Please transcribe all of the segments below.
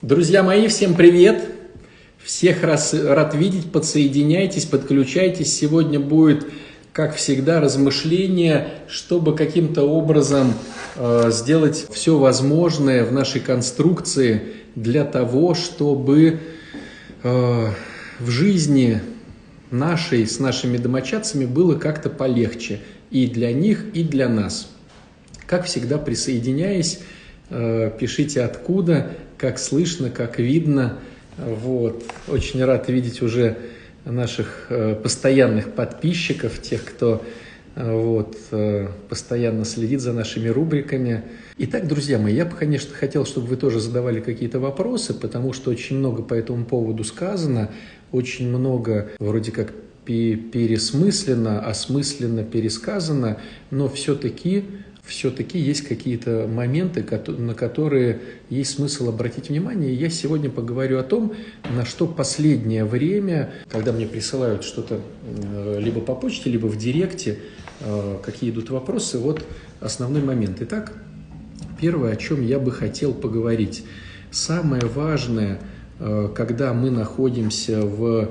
Друзья мои, всем привет! Всех рад видеть, подсоединяйтесь, подключайтесь. Сегодня будет, как всегда, размышление, чтобы каким-то образом сделать все возможное в нашей конструкции для того, чтобы в жизни нашей с нашими домочадцами было как-то полегче и для них, и для нас. Как всегда, присоединяясь, пишите откуда, как слышно, как видно. Вот. Очень рад видеть уже наших постоянных подписчиков, тех, кто постоянно следит за нашими рубриками. Итак, друзья мои, я бы, конечно, хотел, чтобы вы тоже задавали какие-то вопросы, потому что очень много по этому поводу сказано, очень много вроде как пересмысленно, осмысленно пересказано, но все-таки есть какие-то моменты, на которые есть смысл обратить внимание. И я сегодня поговорю о том, на что последнее время, когда мне присылают что-то либо по почте, либо в директе, какие идут вопросы, вот основной момент. Итак, первое, о чем я бы хотел поговорить. Самое важное, когда мы находимся в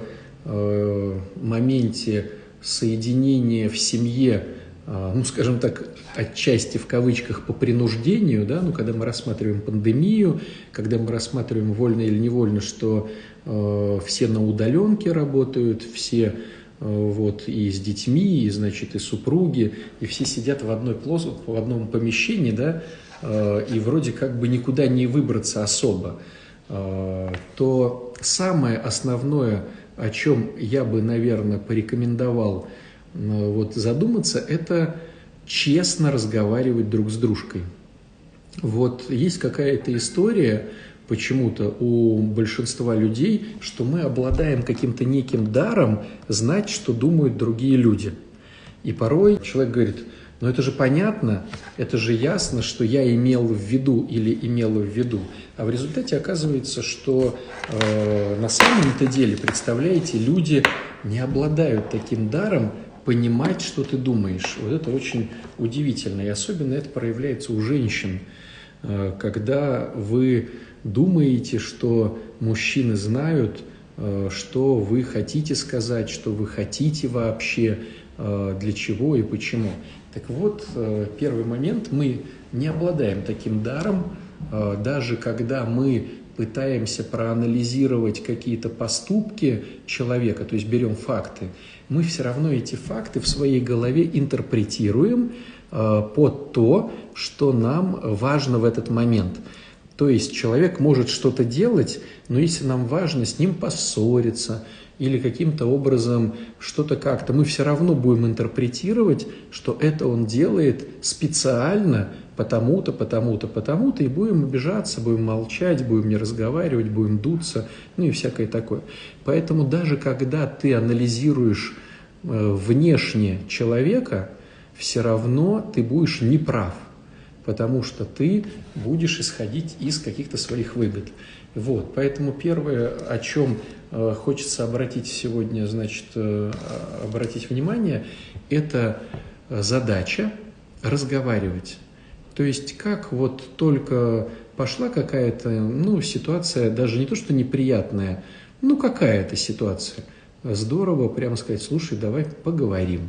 моменте соединения в семье, скажем так, отчасти в кавычках по принуждению, да, когда мы рассматриваем пандемию, когда мы рассматриваем вольно или невольно, что все на удаленке работают, все и с детьми, и, значит, и супруги, и все сидят в одном помещении, да, и вроде как бы никуда не выбраться особо, то самое основное, о чем я бы, наверное, порекомендовал задуматься, это честно разговаривать друг с дружкой. Есть какая-то история почему-то у большинства людей, что мы обладаем каким-то неким даром знать, что думают другие люди. И порой человек говорит: но это же понятно, это же ясно, что я имел в виду или имела в виду. А в результате оказывается, что на самом-то деле, представляете, люди не обладают таким даром понимать, что ты думаешь. Вот это очень удивительно. И особенно это проявляется у женщин. Когда вы думаете, что мужчины знают, что вы хотите сказать, что вы хотите вообще, для чего и почему. Так вот, первый момент, мы не обладаем таким даром, даже когда мы пытаемся проанализировать какие-то поступки человека, то есть берем факты, мы все равно эти факты в своей голове интерпретируем под то, что нам важно в этот момент. То есть человек может что-то делать, но если нам важно с ним поссориться или каким-то образом что-то как-то, мы все равно будем интерпретировать, что это он делает специально, потому-то, и будем обижаться, будем молчать, будем не разговаривать, будем дуться, и всякое такое. Поэтому даже когда ты анализируешь внешне человека, все равно ты будешь неправ, потому что ты будешь исходить из каких-то своих выгод. Поэтому первое, о чем хочется обратить сегодня, обратить внимание, это задача разговаривать. То есть, как только пошла какая-то, ситуация, даже не то, что неприятная, какая-то ситуация, здорово прямо сказать: слушай, давай поговорим.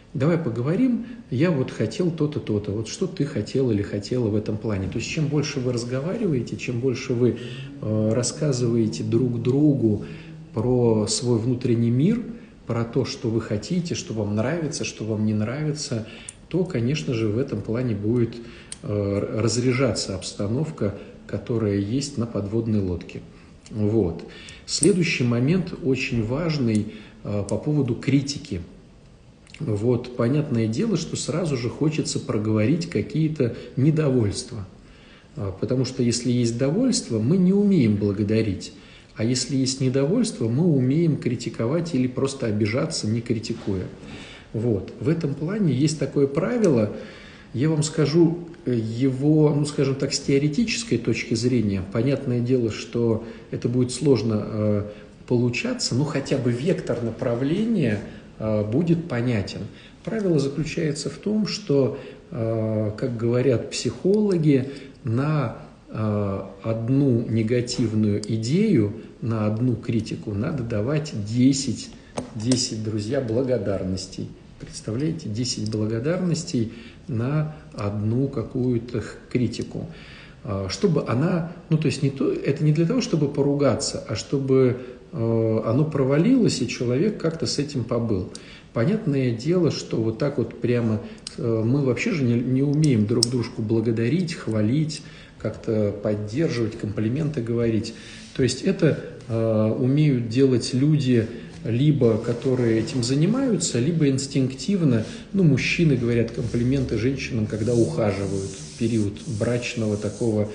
Я хотел то-то, то-то. Что ты хотел или хотела в этом плане? То есть, чем больше вы разговариваете, чем больше вы рассказываете друг другу про свой внутренний мир, про то, что вы хотите, что вам нравится, что вам не нравится, то, конечно же, в этом плане будет разряжаться обстановка, которая есть на подводной лодке. Следующий момент очень важный по поводу критики. Понятное дело, что сразу же хочется проговорить какие-то недовольства. Потому что если есть довольство, мы не умеем благодарить. А если есть недовольство, мы умеем критиковать или просто обижаться, не критикуя. В этом плане есть такое правило, я вам скажу его, с теоретической точки зрения. Понятное дело, что это будет сложно получаться, но хотя бы вектор направления будет понятен. Правило заключается в том, что, как говорят психологи, на одну негативную идею на одну критику надо давать 10, друзья, благодарностей. Представляете, 10 благодарностей на одну какую-то критику. Чтобы она, то есть это не для того, чтобы поругаться, а чтобы оно провалилось, и человек как-то с этим побыл. Понятное дело, что вот так вот прямо мы вообще же не умеем друг дружку благодарить, хвалить, как-то поддерживать, комплименты говорить. То есть это умеют делать люди, либо которые этим занимаются, либо инстинктивно. Мужчины говорят комплименты женщинам, когда ухаживают в период брачного такого,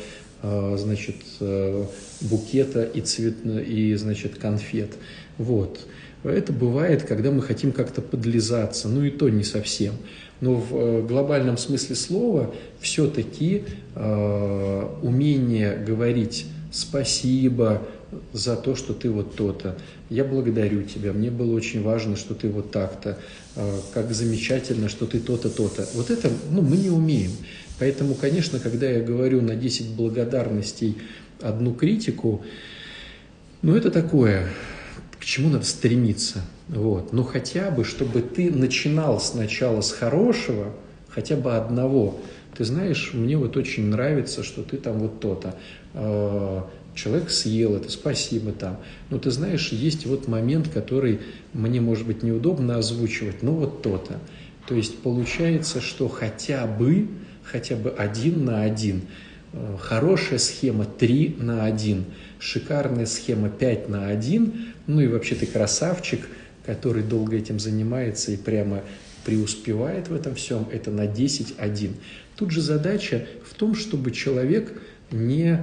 букета и конфет. Вот. Это бывает, когда мы хотим как-то подлизаться, и то не совсем. Но в глобальном смысле слова все-таки умение говорить «спасибо за то, что ты вот то-то», «я благодарю тебя», «мне было очень важно, что ты вот так-то», «как замечательно, что ты то-то, то-то». Вот это мы не умеем. Поэтому, конечно, когда я говорю на 10 благодарностей одну критику, это такое, к чему надо стремиться. Вот. Но хотя бы, чтобы ты начинал сначала с хорошего, хотя бы одного. Ты знаешь, мне вот очень нравится, что ты там вот то-то. Человек съел это, спасибо там. Но ты знаешь, есть вот момент, который мне, может быть, неудобно озвучивать, но вот то-то. То есть получается, что хотя бы 1 на 1. Хорошая схема 3 на 1. Шикарная схема 5 на 1. И вообще ты красавчик, который долго этим занимается и прямо преуспевает в этом всем. Это на 10-1. Тут же задача в том, чтобы человек не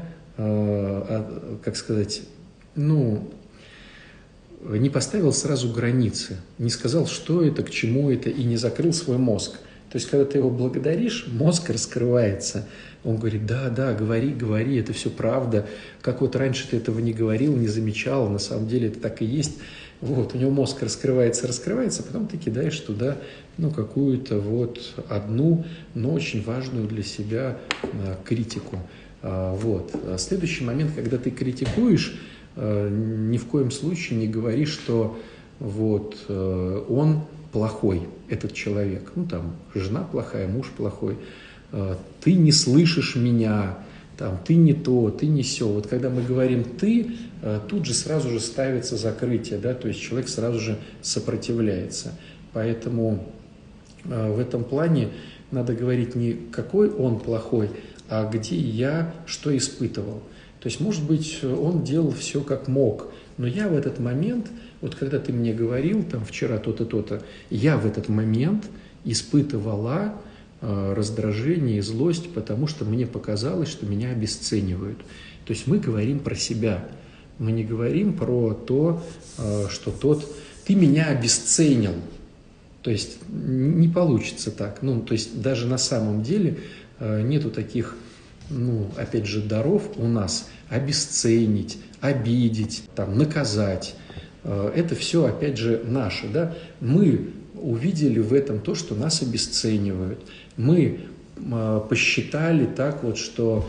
поставил сразу границы, не сказал, что это, к чему это, и не закрыл свой мозг. То есть, когда ты его благодаришь, мозг раскрывается. Он говорит, да, говори, это все правда. Как вот раньше ты этого не говорил, не замечал, на самом деле это так и есть. Вот, у него мозг раскрывается, потом ты кидаешь туда, какую-то вот одну, но очень важную для себя критику. Вот. Следующий момент, когда ты критикуешь, ни в коем случае не говори, что вот он плохой, этот человек. Жена плохая, муж плохой. Ты не слышишь меня, ты не то, ты не сё. Вот когда мы говорим «ты», тут же сразу же ставится закрытие, да, то есть человек сразу же сопротивляется. Поэтому в этом плане надо говорить не какой он плохой, а где я что испытывал. То есть, может быть, он делал все как мог, но я в этот момент, вот когда ты мне говорил, вчера то-то, то-то, я в этот момент испытывала раздражение и злость, потому что мне показалось, что меня обесценивают. То есть мы говорим про себя, мы не говорим про то, что ты меня обесценил. То есть не получится так. То есть даже на самом деле нету таких, опять же, даров у нас обесценить, обидеть, наказать. Это все, опять же, наше. Да? Мы увидели в этом то, что нас обесценивают. Мы посчитали так вот, что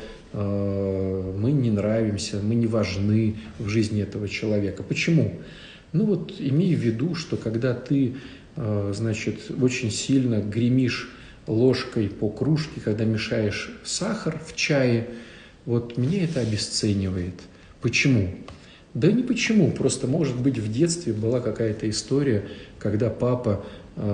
мы не нравимся, мы не важны в жизни этого человека. Почему? Имей в виду, что когда ты, очень сильно гремишь ложкой по кружке, когда мешаешь сахар в чае, вот меня это обесценивает. Почему? Да не почему, просто, может быть, в детстве была какая-то история, когда папа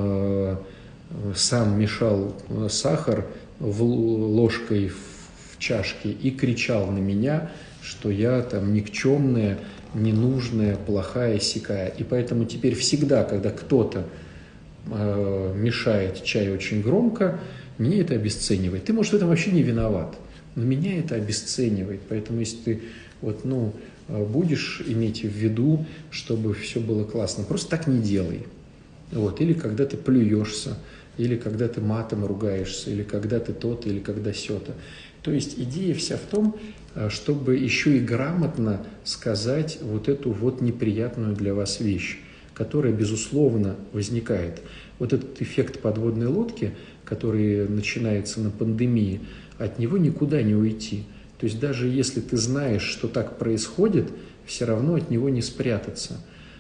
сам мешал сахар ложкой в чашке и кричал на меня, что я никчемная, ненужная, плохая, сякая. И поэтому теперь всегда, когда кто-то мешает чай очень громко, меня это обесценивает. Ты, может, в этом вообще не виноват, но меня это обесценивает. Поэтому если ты будешь иметь в виду, чтобы все было классно, просто так не делай. Вот. Или когда ты плюешься, или когда ты матом ругаешься, или когда ты то-то, или когда сё-то. То есть идея вся в том, чтобы еще и грамотно сказать вот эту вот неприятную для вас вещь, которая, безусловно, возникает. Вот этот эффект подводной лодки, который начинается на пандемии, от него никуда не уйти. То есть даже если ты знаешь, что так происходит, все равно от него не спрятаться.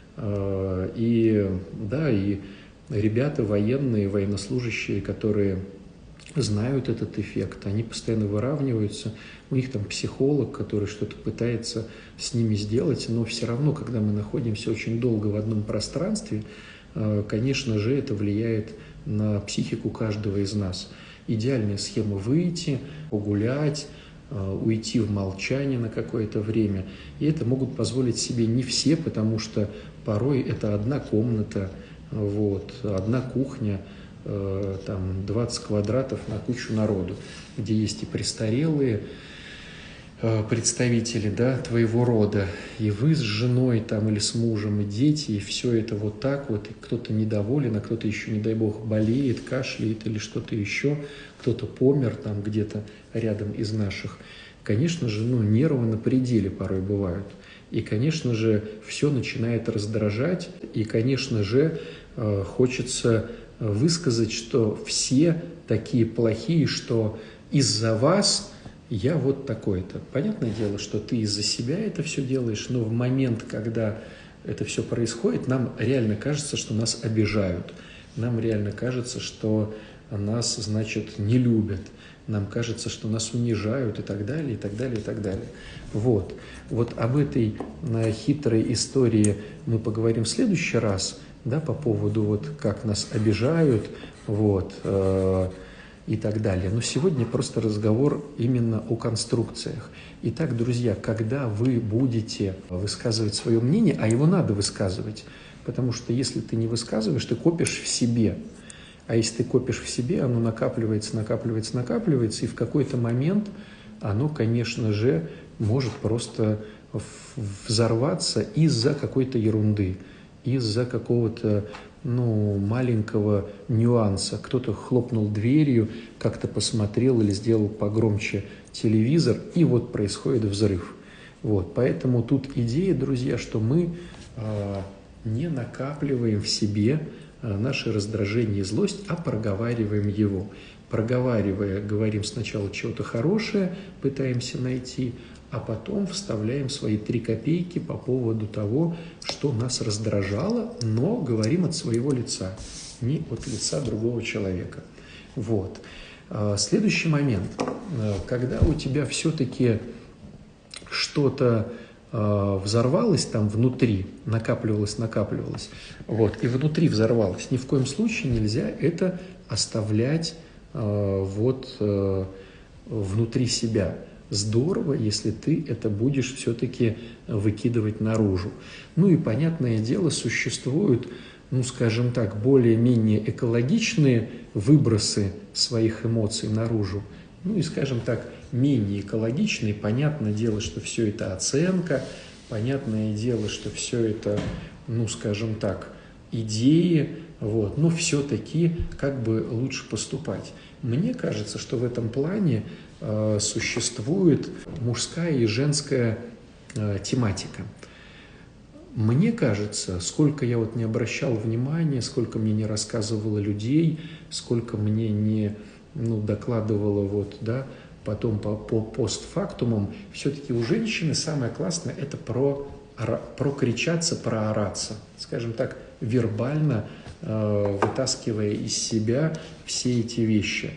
И да, и ребята военные, военнослужащие, которые знают этот эффект, они постоянно выравниваются, у них там психолог, который что-то пытается с ними сделать, но все равно, когда мы находимся очень долго в одном пространстве, конечно же, это влияет на психику каждого из нас. Идеальная схема – выйти, погулять, уйти в молчание на какое-то время. И это могут позволить себе не все, потому что порой это одна комната, одна кухня, там 20 квадратов на кучу народу, где есть и престарелые представители, да, твоего рода, и вы с женой там или с мужем, и дети, и все это вот так вот, и кто-то недоволен, а кто-то еще, не дай бог, болеет, кашляет или что-то еще, кто-то помер там где-то рядом из наших. Конечно же, нервы на пределе порой бывают. И, конечно же, все начинает раздражать, и, конечно же, хочется высказать, что все такие плохие, что из-за вас я вот такой-то. Понятное дело, что ты из-за себя это все делаешь, но в момент, когда это все происходит, нам реально кажется, что нас обижают. Нам реально кажется, что нас, значит, не любят. Нам кажется, что нас унижают и так далее, и так далее, и так далее. Вот об этой хитрой истории мы поговорим в следующий раз, да, по поводу как нас обижают, и так далее. Но сегодня просто разговор именно о конструкциях. Итак, друзья, когда вы будете высказывать свое мнение, а его надо высказывать, потому что если ты не высказываешь, ты копишь в себе. А если ты копишь в себе, оно накапливается, и в какой-то момент оно, конечно же, может просто взорваться из-за какой-то ерунды, из-за какого-то маленького нюанса. Кто-то хлопнул дверью, как-то посмотрел или сделал погромче телевизор, и вот происходит взрыв. Поэтому тут идея, друзья, что мы не накапливаем в себе наше раздражение и злость, а проговариваем его. Проговаривая, говорим сначала чего-то хорошее, пытаемся найти, а потом вставляем свои 3 копейки по поводу того, что нас раздражало, но говорим от своего лица, не от лица другого человека. Следующий момент. Когда у тебя все-таки что-то взорвалось там внутри, накапливалось, и внутри взорвалось, ни в коем случае нельзя это оставлять внутри себя. Здорово, если ты это будешь все-таки выкидывать наружу. И, понятное дело, существуют, скажем так, более-менее экологичные выбросы своих эмоций наружу, и, скажем так, менее экологичные. Понятное дело, что все это оценка, понятное дело, что все это, скажем так, идеи, но все-таки как бы лучше поступать. Мне кажется, что в этом плане существует мужская и женская тематика. Мне кажется, сколько я не обращал внимания, сколько мне не рассказывало людей, сколько мне не докладывало потом по постфактумам, все-таки у женщины самое классное – это прокричаться, проораться, скажем так, вербально вытаскивая из себя все эти вещи.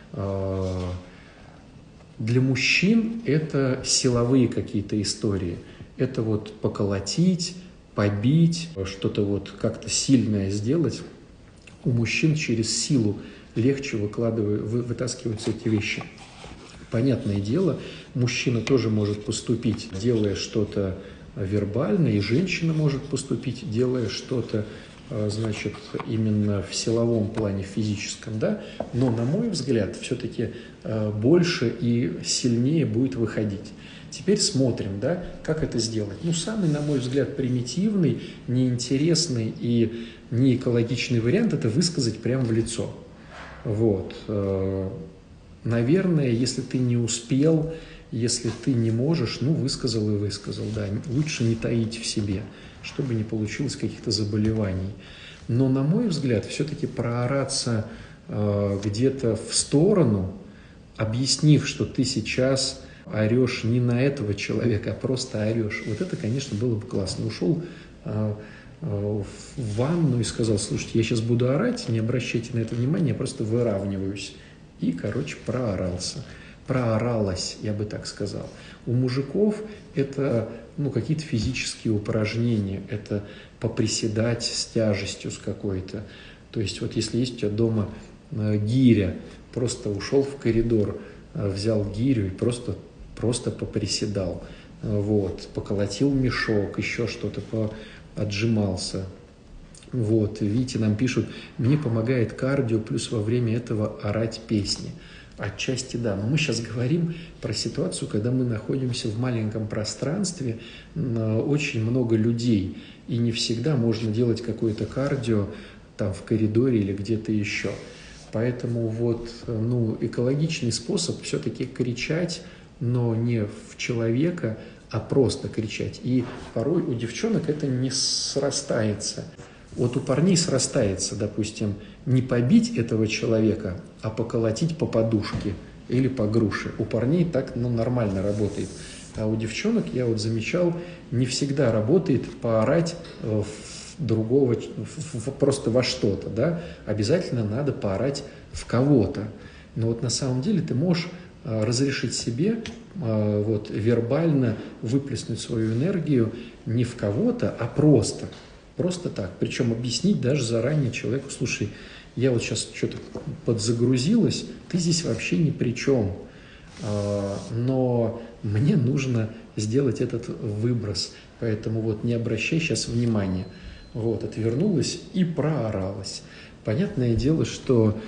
Для мужчин это силовые какие-то истории. Это поколотить, побить, что-то как-то сильное сделать. У мужчин через силу легче вытаскиваются эти вещи. Понятное дело, мужчина тоже может поступить, делая что-то вербально, и женщина может поступить, делая что-то, именно в силовом плане, физическом, да, но, на мой взгляд, все-таки больше и сильнее будет выходить. Теперь смотрим, да, как это сделать. Самый, на мой взгляд, примитивный, неинтересный и неэкологичный вариант – это высказать прямо в лицо. Наверное, если ты не успел, если ты не можешь, высказал и высказал, да, лучше не таить в себе, чтобы не получилось каких-то заболеваний. Но, на мой взгляд, все-таки проораться где-то в сторону, объяснив, что ты сейчас орешь не на этого человека, а просто орешь. Вот это, конечно, было бы классно. Ушел в ванну и сказал: слушайте, я сейчас буду орать, не обращайте на это внимания, я просто выравниваюсь. И, короче, проорался. Прооралась, я бы так сказал. У мужиков это какие-то физические упражнения, это поприседать с тяжестью с какой-то. То есть вот если есть у тебя дома гиря, просто ушел в коридор, взял гирю и просто поприседал, вот, поколотил мешок, еще что-то, отжимался. Вот, видите, нам пишут: мне помогает кардио, плюс во время этого орать песни. Отчасти да, но мы сейчас говорим про ситуацию, когда мы находимся в маленьком пространстве, очень много людей, и не всегда можно делать какое-то кардио там в коридоре или где-то еще. Поэтому вот, экологичный способ все-таки кричать, но не в человека, а просто кричать. И порой у девчонок это не срастается. Вот у парней срастается, допустим, не побить этого человека, а поколотить по подушке или по груше. У парней так нормально работает. А у девчонок, я вот замечал, не всегда работает поорать в другого, просто во что-то, да? Обязательно надо поорать в кого-то. Но вот на самом деле ты можешь разрешить себе вот вербально выплеснуть свою энергию не в кого-то, а просто так. Причем объяснить даже заранее человеку: слушай, я вот сейчас что-то подзагрузилась, ты здесь вообще ни при чем, но мне нужно сделать этот выброс, поэтому вот не обращай сейчас внимания. Вот, отвернулась и прооралась. Понятное дело, что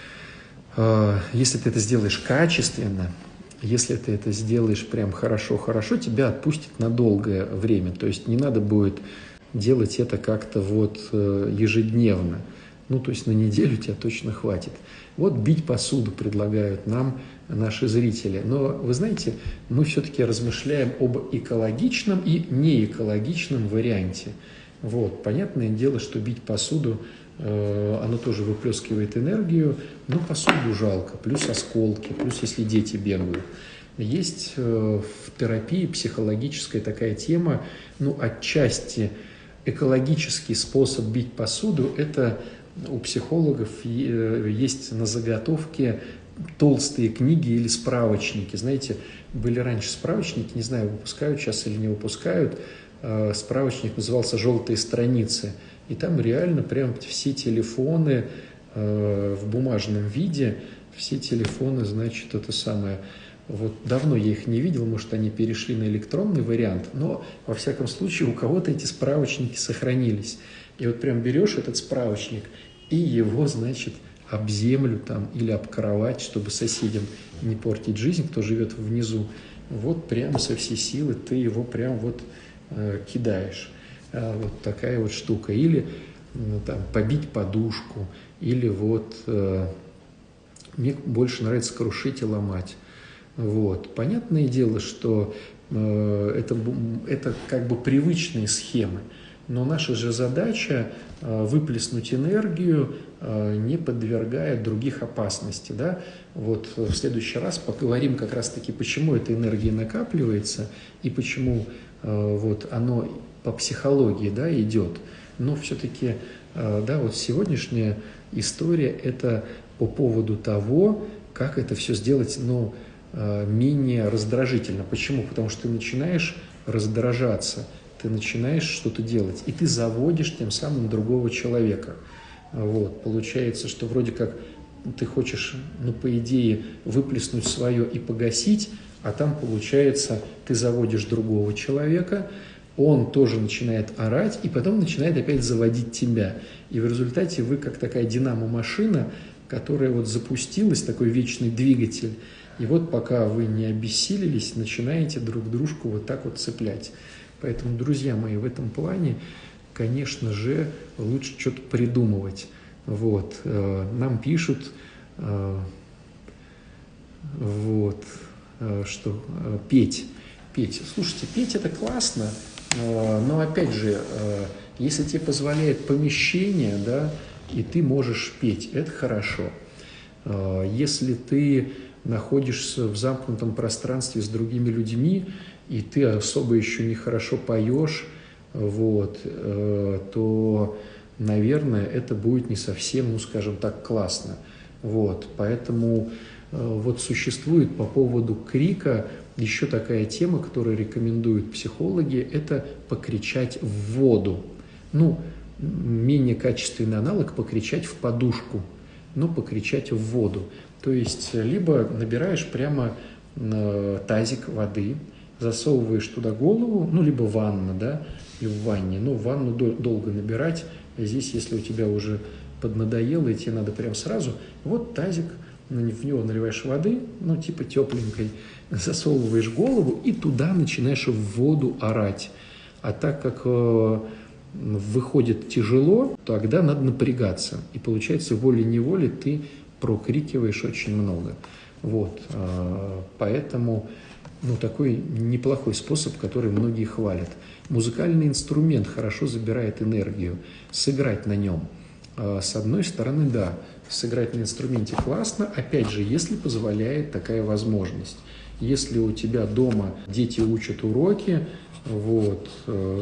если ты это сделаешь качественно, если ты это сделаешь прям хорошо-хорошо, тебя отпустит на долгое время. То есть не надо будет делать это как-то вот ежедневно. То есть на неделю тебя точно хватит. Вот бить посуду предлагают нам наши зрители. Но вы знаете, мы все-таки размышляем об экологичном и неэкологичном варианте. Вот. Понятное дело, что бить посуду, оно тоже выплескивает энергию, но посуду жалко, плюс осколки, плюс если дети бегают. Есть в терапии психологическая такая тема, отчасти экологический способ бить посуду – это у психологов есть на заготовке толстые книги или справочники. Знаете, были раньше справочники, не знаю, выпускают сейчас или не выпускают, справочник назывался «Желтые страницы», и там реально прям все телефоны в бумажном виде, все телефоны, значит, это самое. Вот давно я их не видел, может, они перешли на электронный вариант, но, во всяком случае, у кого-то эти справочники сохранились. И вот прям берешь этот справочник и его, значит, об землю там или об кровать, чтобы соседям не портить жизнь, кто живет внизу. Вот прям со всей силы ты его прям вот кидаешь. Вот такая вот штука. Или там побить подушку, или вот мне больше нравится крушить и ломать. Вот. Понятное дело, что это как бы привычные схемы, но наша же задача выплеснуть энергию, не подвергая других опасности. Да? Вот в следующий раз поговорим как раз-таки, почему эта энергия накапливается и почему вот оно по психологии, да, идет. Но все-таки вот сегодняшняя история – это по поводу того, как это все сделать, менее раздражительно. Почему? Потому что ты начинаешь раздражаться, ты начинаешь что-то делать, и ты заводишь тем самым другого человека. Вот. Получается, что вроде как ты хочешь, по идее, выплеснуть свое и погасить, а там, получается, ты заводишь другого человека, он тоже начинает орать, и потом начинает опять заводить тебя. И в результате вы как такая динамо-машина, которая вот запустилась, такой вечный двигатель, и вот пока вы не обессилились, начинаете друг дружку вот так вот цеплять. Поэтому, друзья мои, в этом плане, конечно же, лучше что-то придумывать. Вот. Нам пишут, что петь. Слушайте, петь – это классно, но опять же, если тебе позволяет помещение, да, и ты можешь петь, это хорошо. Если ты находишься в замкнутом пространстве с другими людьми, и ты особо еще нехорошо поешь, вот, то, наверное, это будет не совсем, ну, скажем так, классно. Вот, поэтому вот существует по поводу крика еще такая тема, которую рекомендуют психологи, это покричать в воду. Ну, менее качественный аналог покричать в подушку, но покричать в воду. То есть, либо набираешь прямо тазик воды, засовываешь туда голову, ну, либо ванна, да, и в ванне. Ну, ванну долго набирать. Здесь, если у тебя уже поднадоело, и тебе надо прям сразу, вот тазик, в него наливаешь воды, ну, типа тепленькой, засовываешь голову и туда начинаешь в воду орать. А так как выходит тяжело, тогда надо напрягаться. И получается, волей-неволей ты прокрикиваешь очень много. Вот. Поэтому, ну, такой неплохой способ, который многие хвалят. Музыкальный инструмент хорошо забирает энергию. Сыграть на нем. С одной стороны, да, сыграть на инструменте классно, опять же, если позволяет такая возможность. Если у тебя дома дети учат уроки, вот,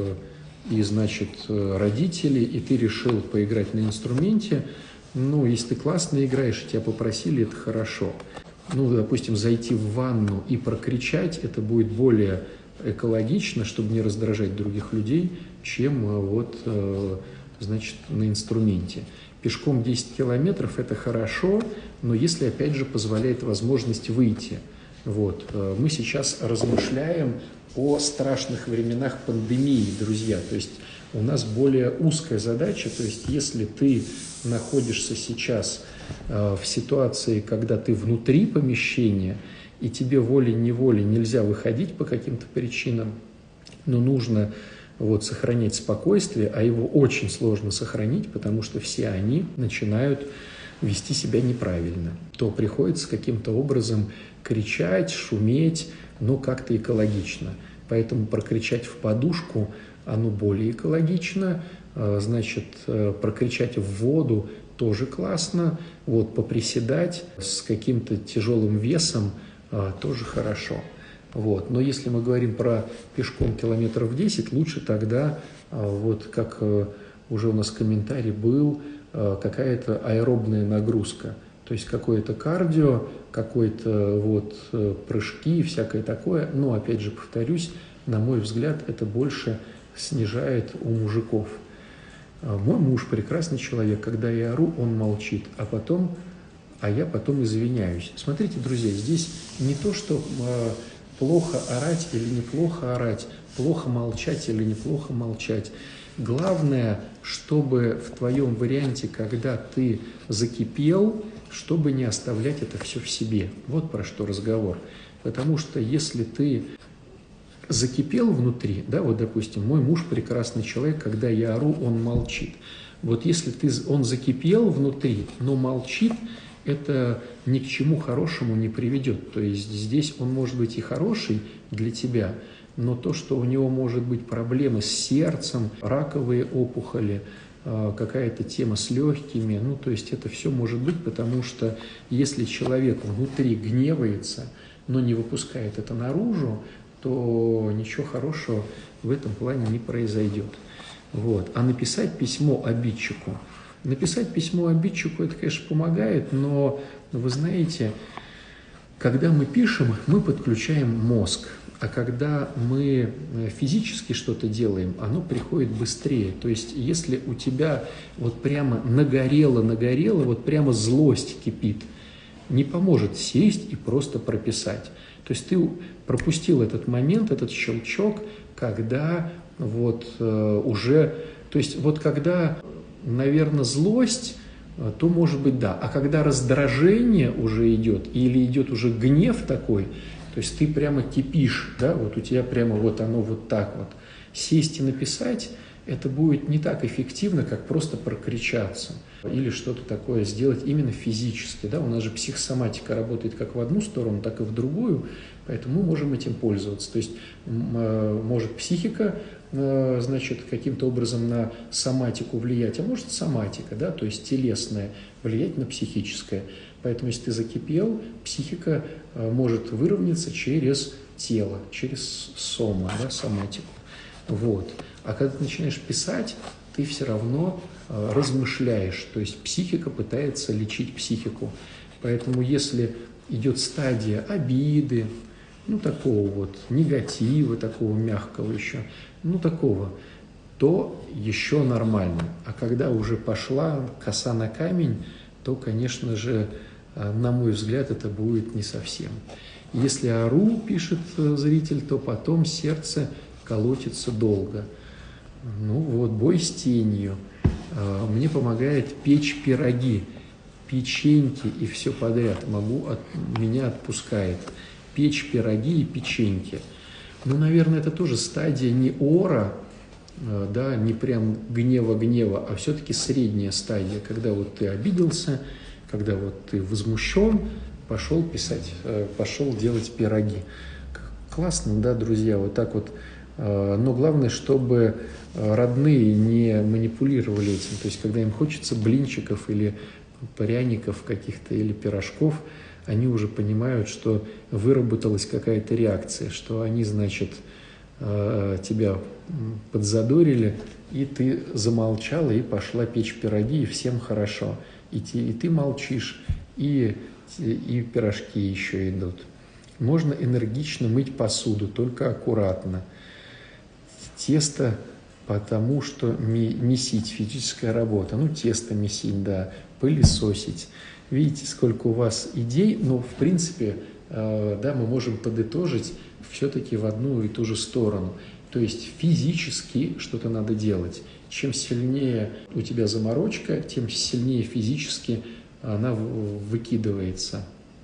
и, значит, родители, и ты решил поиграть на инструменте, ну, если ты классно играешь, и тебя попросили, это хорошо. Ну, допустим, зайти в ванну и прокричать, это будет более экологично, чтобы не раздражать других людей, чем вот, значит, на инструменте. Пешком 10 километров – это хорошо, но если, опять же, позволяет возможность выйти. Вот. Мы сейчас размышляем о страшных временах пандемии, друзья. То есть у нас более узкая задача. То есть если ты находишься сейчас в ситуации, когда ты внутри помещения, и тебе волей-неволей нельзя выходить по каким-то причинам, но нужно вот сохранять спокойствие, а его очень сложно сохранить, потому что все они начинают вести себя неправильно, то приходится каким-то образом кричать, шуметь, но как-то экологично. Поэтому прокричать в подушку, оно более экологично, значит, прокричать в воду тоже классно, вот, поприседать с каким-то тяжелым весом тоже хорошо. Вот. Но если мы говорим про пешком километров 10, лучше тогда, вот как уже у нас комментарий был, какая-то аэробная нагрузка. То есть какое-то кардио, какие-то вот прыжки, всякое такое. Но, опять же, повторюсь, на мой взгляд, это больше снижает у мужиков. Мой муж прекрасный человек, когда я ору, он молчит, а я потом извиняюсь. Смотрите, друзья, здесь не то, что плохо орать или неплохо орать, плохо молчать или неплохо молчать. Главное, чтобы в твоем варианте, когда ты закипел, чтобы не оставлять это все в себе. Вот про что разговор. Потому что если ты закипел внутри, да, вот, допустим, мой муж прекрасный человек, когда я ору, он молчит. Вот если он закипел внутри, но молчит, это ни к чему хорошему не приведет. То есть здесь он может быть и хороший для тебя, но то, что у него может быть проблемы с сердцем, раковые опухоли, какая-то тема с легкими, ну, то есть это все может быть, потому что если человек внутри гневается, но не выпускает это наружу, то ничего хорошего в этом плане не произойдет. Вот. А написать письмо обидчику, это, конечно, помогает, но, вы знаете, когда мы пишем, мы подключаем мозг, а когда мы физически что-то делаем, оно приходит быстрее. То есть, если у тебя вот прямо нагорело, вот прямо злость кипит, не поможет сесть и просто прописать. То есть, ты пропустил этот момент, этот щелчок, когда вот уже, то есть, вот когда, наверное, злость, то может быть да. А когда раздражение уже идет, или идет уже гнев такой, то есть ты прямо кипишь, да, вот у тебя прямо вот оно вот так вот. Сесть и написать, это будет не так эффективно, как просто прокричаться или что-то такое сделать именно физически, да. У нас же психосоматика работает как в одну сторону, так и в другую, поэтому мы можем этим пользоваться. То есть может психика, значит, каким-то образом на соматику влиять, а может соматика, да, то есть телесная влиять на психическое. Поэтому, если ты закипел, психика может выровняться через тело, через сома, да, соматику. Вот. А когда ты начинаешь писать, ты все равно размышляешь, то есть психика пытается лечить психику. Поэтому если идет стадия обиды, ну такого вот негатива, такого мягкого еще, ну такого, то еще нормально. А когда уже пошла коса на камень, то, конечно же, на мой взгляд, это будет не совсем. Если ору, пишет зритель, то потом сердце колотится долго. Ну вот, бой с тенью. Мне помогает печь пироги, печеньки и все подряд. Меня отпускает. Печь пироги и печеньки. Ну, наверное, это тоже стадия не ора, да, не прям гнева-гнева, а все-таки средняя стадия, когда вот ты обиделся, когда вот ты возмущен, пошел писать, пошел делать пироги. Классно, да, друзья, вот так вот. Но главное, чтобы родные не манипулировали этим. То есть, когда им хочется блинчиков или пряников каких-то или пирожков, они уже понимают, что выработалась какая-то реакция, что они, значит, тебя подзадорили, и ты замолчала и пошла печь пироги, и всем хорошо. И ты молчишь, и пирожки еще идут. Можно энергично мыть посуду, только аккуратно. Тесто, потому что месить, физическая работа. Ну, тесто месить, да, пылесосить. Видите, сколько у вас идей, но, в принципе, да, мы можем подытожить все-таки в одну и ту же сторону. То есть физически что-то надо делать. Чем сильнее у тебя заморочка, тем сильнее физически она выкидывается.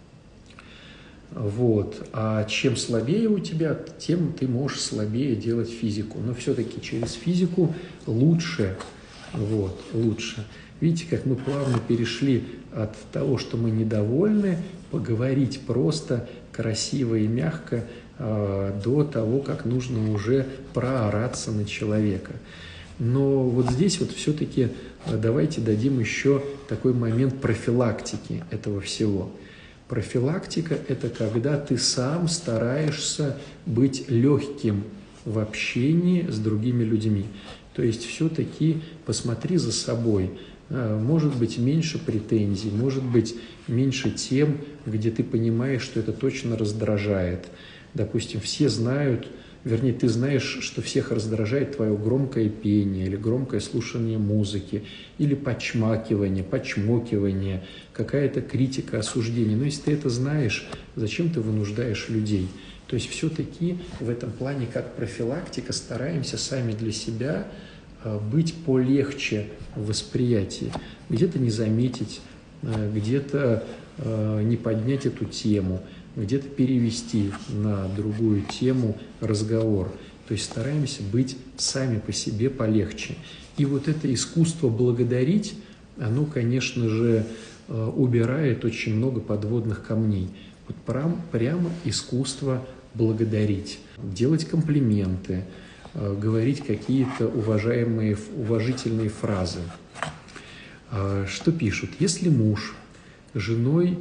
Вот. А чем слабее у тебя, тем ты можешь слабее делать физику. Но все-таки через физику лучше. Вот, лучше. Видите, как мы плавно перешли от того, что мы недовольны, поговорить просто, красиво и мягко, до того, как нужно уже проораться на человека. Но вот здесь вот все-таки давайте дадим еще такой момент профилактики этого всего. Профилактика – это когда ты сам стараешься быть легким в общении с другими людьми. То есть все-таки посмотри за собой. Может быть, меньше претензий, может быть, меньше тем, где ты понимаешь, что это точно раздражает. Допустим, все знают, вернее, ты знаешь, что всех раздражает твое громкое пение или громкое слушание музыки, или почмакивание, почмокивание, какая-то критика, осуждение. Но если ты это знаешь, зачем ты вынуждаешь людей? То есть все-таки в этом плане, как профилактика, стараемся сами для себя быть полегче в восприятии, где-то не заметить, где-то не поднять эту тему, где-то перевести на другую тему разговор. То есть стараемся быть сами по себе полегче. И вот это искусство благодарить, оно, конечно же, убирает очень много подводных камней. Вот прямо искусство благодарить, делать комплименты, говорить какие-то уважительные фразы. Что пишут? Если муж с женой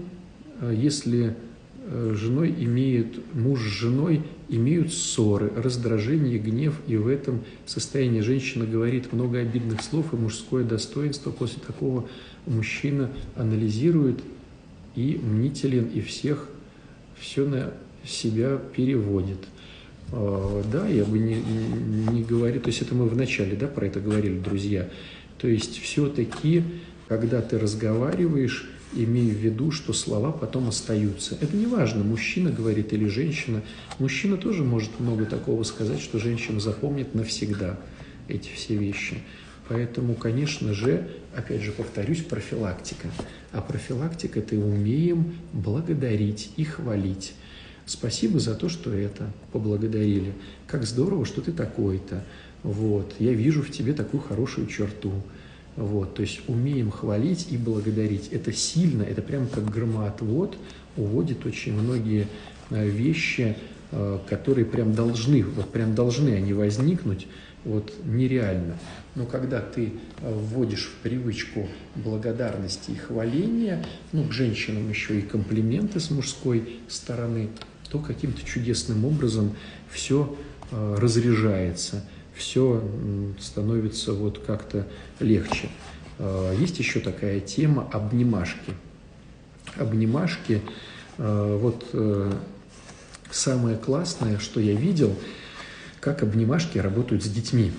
муж с женой имеют ссоры, раздражение, гнев, и в этом состоянии женщина говорит много обидных слов и мужское достоинство, после такого мужчина анализирует и мнителен, и все на себя переводит. Да, я бы не говорил, то есть это мы вначале, да, про это говорили, друзья. То есть все-таки, когда ты разговариваешь, имей в виду, что слова потом остаются. Это не важно, мужчина говорит или женщина. Мужчина тоже может много такого сказать, что женщина запомнит навсегда эти все вещи. Поэтому, конечно же, опять же повторюсь, профилактика. А профилактика – это умеем благодарить и хвалить. Спасибо за то, что это поблагодарили. Как здорово, что ты такой-то. Вот. Я вижу в тебе такую хорошую черту. Вот. То есть умеем хвалить и благодарить. Это сильно, это прямо как громоотвод уводит очень многие вещи, которые прям должны они возникнуть. вот нереально. Но когда ты вводишь в привычку благодарности и хваления, ну, к женщинам еще и комплименты с мужской стороны, то каким-то чудесным образом все разряжается, все становится вот как-то легче. Есть еще такая тема обнимашки. Обнимашки, вот самое классное, что я видел, как обнимашки работают с детьми.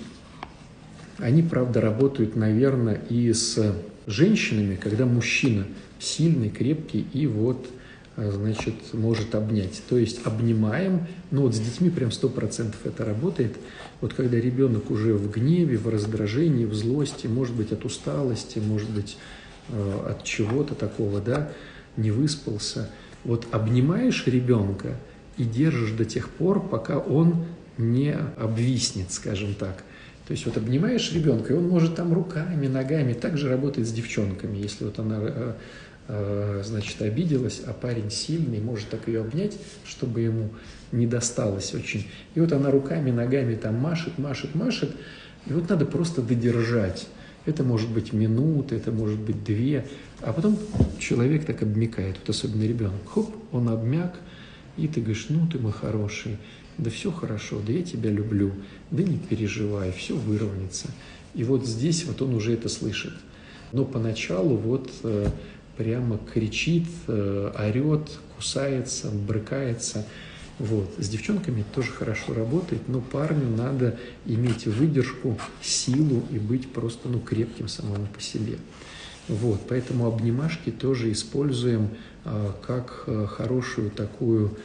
Они, правда, работают, наверное, и с женщинами, когда мужчина сильный, крепкий и вот, значит, может обнять. То есть обнимаем, но вот с детьми прям 100% это работает. Вот когда ребенок уже в гневе, в раздражении, в злости, может быть, от усталости, может быть, от чего-то такого, да, не выспался. Вот обнимаешь ребенка и держишь до тех пор, пока он не обвиснет, скажем так. То есть вот обнимаешь ребенка, и он может там руками, ногами, так же работает с девчонками. Если вот она, значит, обиделась, а парень сильный, может так ее обнять, чтобы ему не досталось очень. И вот она руками, ногами там машет, машет, машет, и вот надо просто додержать. Это может быть минута, это может быть 2, а потом человек так обмякает, вот особенно ребенок. Хоп, он обмяк, и ты говоришь, ну ты мой хороший, да все хорошо, да я тебя люблю, да не переживай, все выровняется. И вот здесь вот он уже это слышит. Но поначалу вот прямо кричит, орет, кусается, брыкается. Вот. С девчонками это тоже хорошо работает, но парню надо иметь выдержку, силу и быть просто крепким самому по себе. Вот. Поэтому обнимашки тоже используем как хорошую такую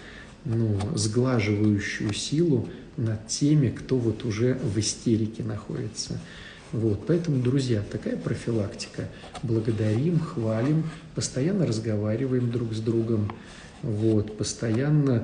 сглаживающую силу над теми, кто вот уже в истерике находится. Вот. Поэтому, друзья, такая профилактика. Благодарим, хвалим, постоянно разговариваем друг с другом, вот, постоянно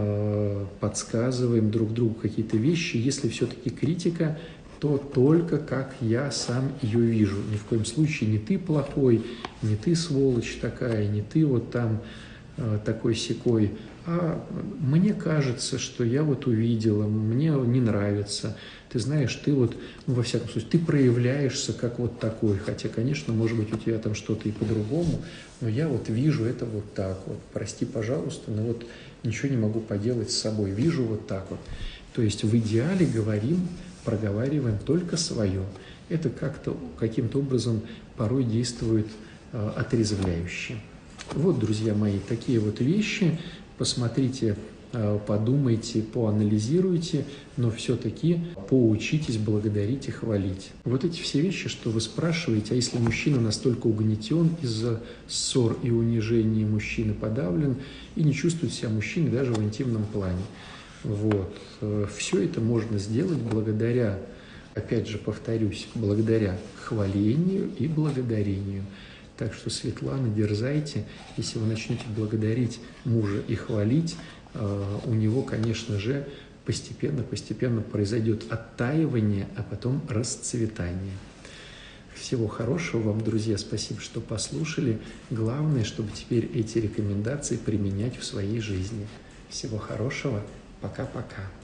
подсказываем друг другу какие-то вещи. Если все-таки критика, то только как я сам ее вижу. Ни в коем случае не ты плохой, не ты сволочь такая, не ты вот там такой-сякой, а мне кажется, что я вот увидела, мне не нравится. Ты знаешь, ты вот, во всяком случае, ты проявляешься как вот такой, хотя, конечно, может быть, у тебя там что-то и по-другому, но я вот вижу это вот так вот. Прости, пожалуйста, но вот ничего не могу поделать с собой, вижу вот так вот. То есть в идеале говорим, проговариваем только свое. Это как-то, каким-то образом порой действует отрезвляюще. Вот, друзья мои, такие вот вещи. Посмотрите, подумайте, поанализируйте, но все-таки поучитесь благодарить и хвалить. Вот эти все вещи, что вы спрашиваете, а если мужчина настолько угнетен из-за ссор и унижений, мужчина подавлен и не чувствует себя мужчиной даже в интимном плане. Вот. Все это можно сделать благодаря, опять же повторюсь, благодаря хвалению и благодарению. Так что, Светлана, дерзайте, если вы начнете благодарить мужа и хвалить, у него, конечно же, постепенно произойдет оттаивание, а потом расцветание. Всего хорошего вам, друзья, спасибо, что послушали. Главное, чтобы теперь эти рекомендации применять в своей жизни. Всего хорошего, пока-пока.